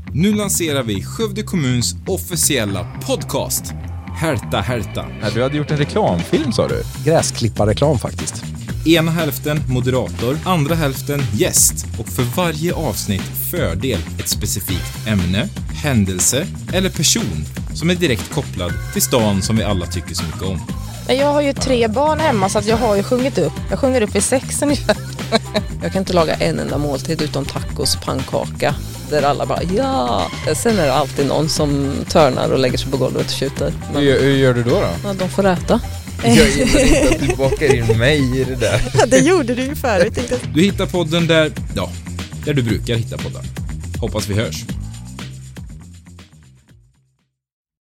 Nu lanserar vi Skövde kommuns officiella podcast. Härta. Du hade gjort en reklamfilm, sa du? Gräsklipparreklam faktiskt. Ena hälften moderator, andra hälften gäst. Och för varje avsnitt fördel ett specifikt ämne, händelse eller person som är direkt kopplad till stan som vi alla tycker så mycket om. Jag har ju 3 barn hemma så att jag har ju sjungit upp. Jag sjunger upp vid 6 ungefär. Jag kan inte laga en enda måltid utan tacos, pannkaka. Där alla bara, ja. Sen är det alltid någon som törnar och lägger sig på golvet och tjuter. Men, Hur gör du då? ja, de får äta. Jag gillar inte att du bakar in mig i det där. Ja, det gjorde du ju förut. Du hittar podden där du brukar hitta podden. Hoppas vi hörs.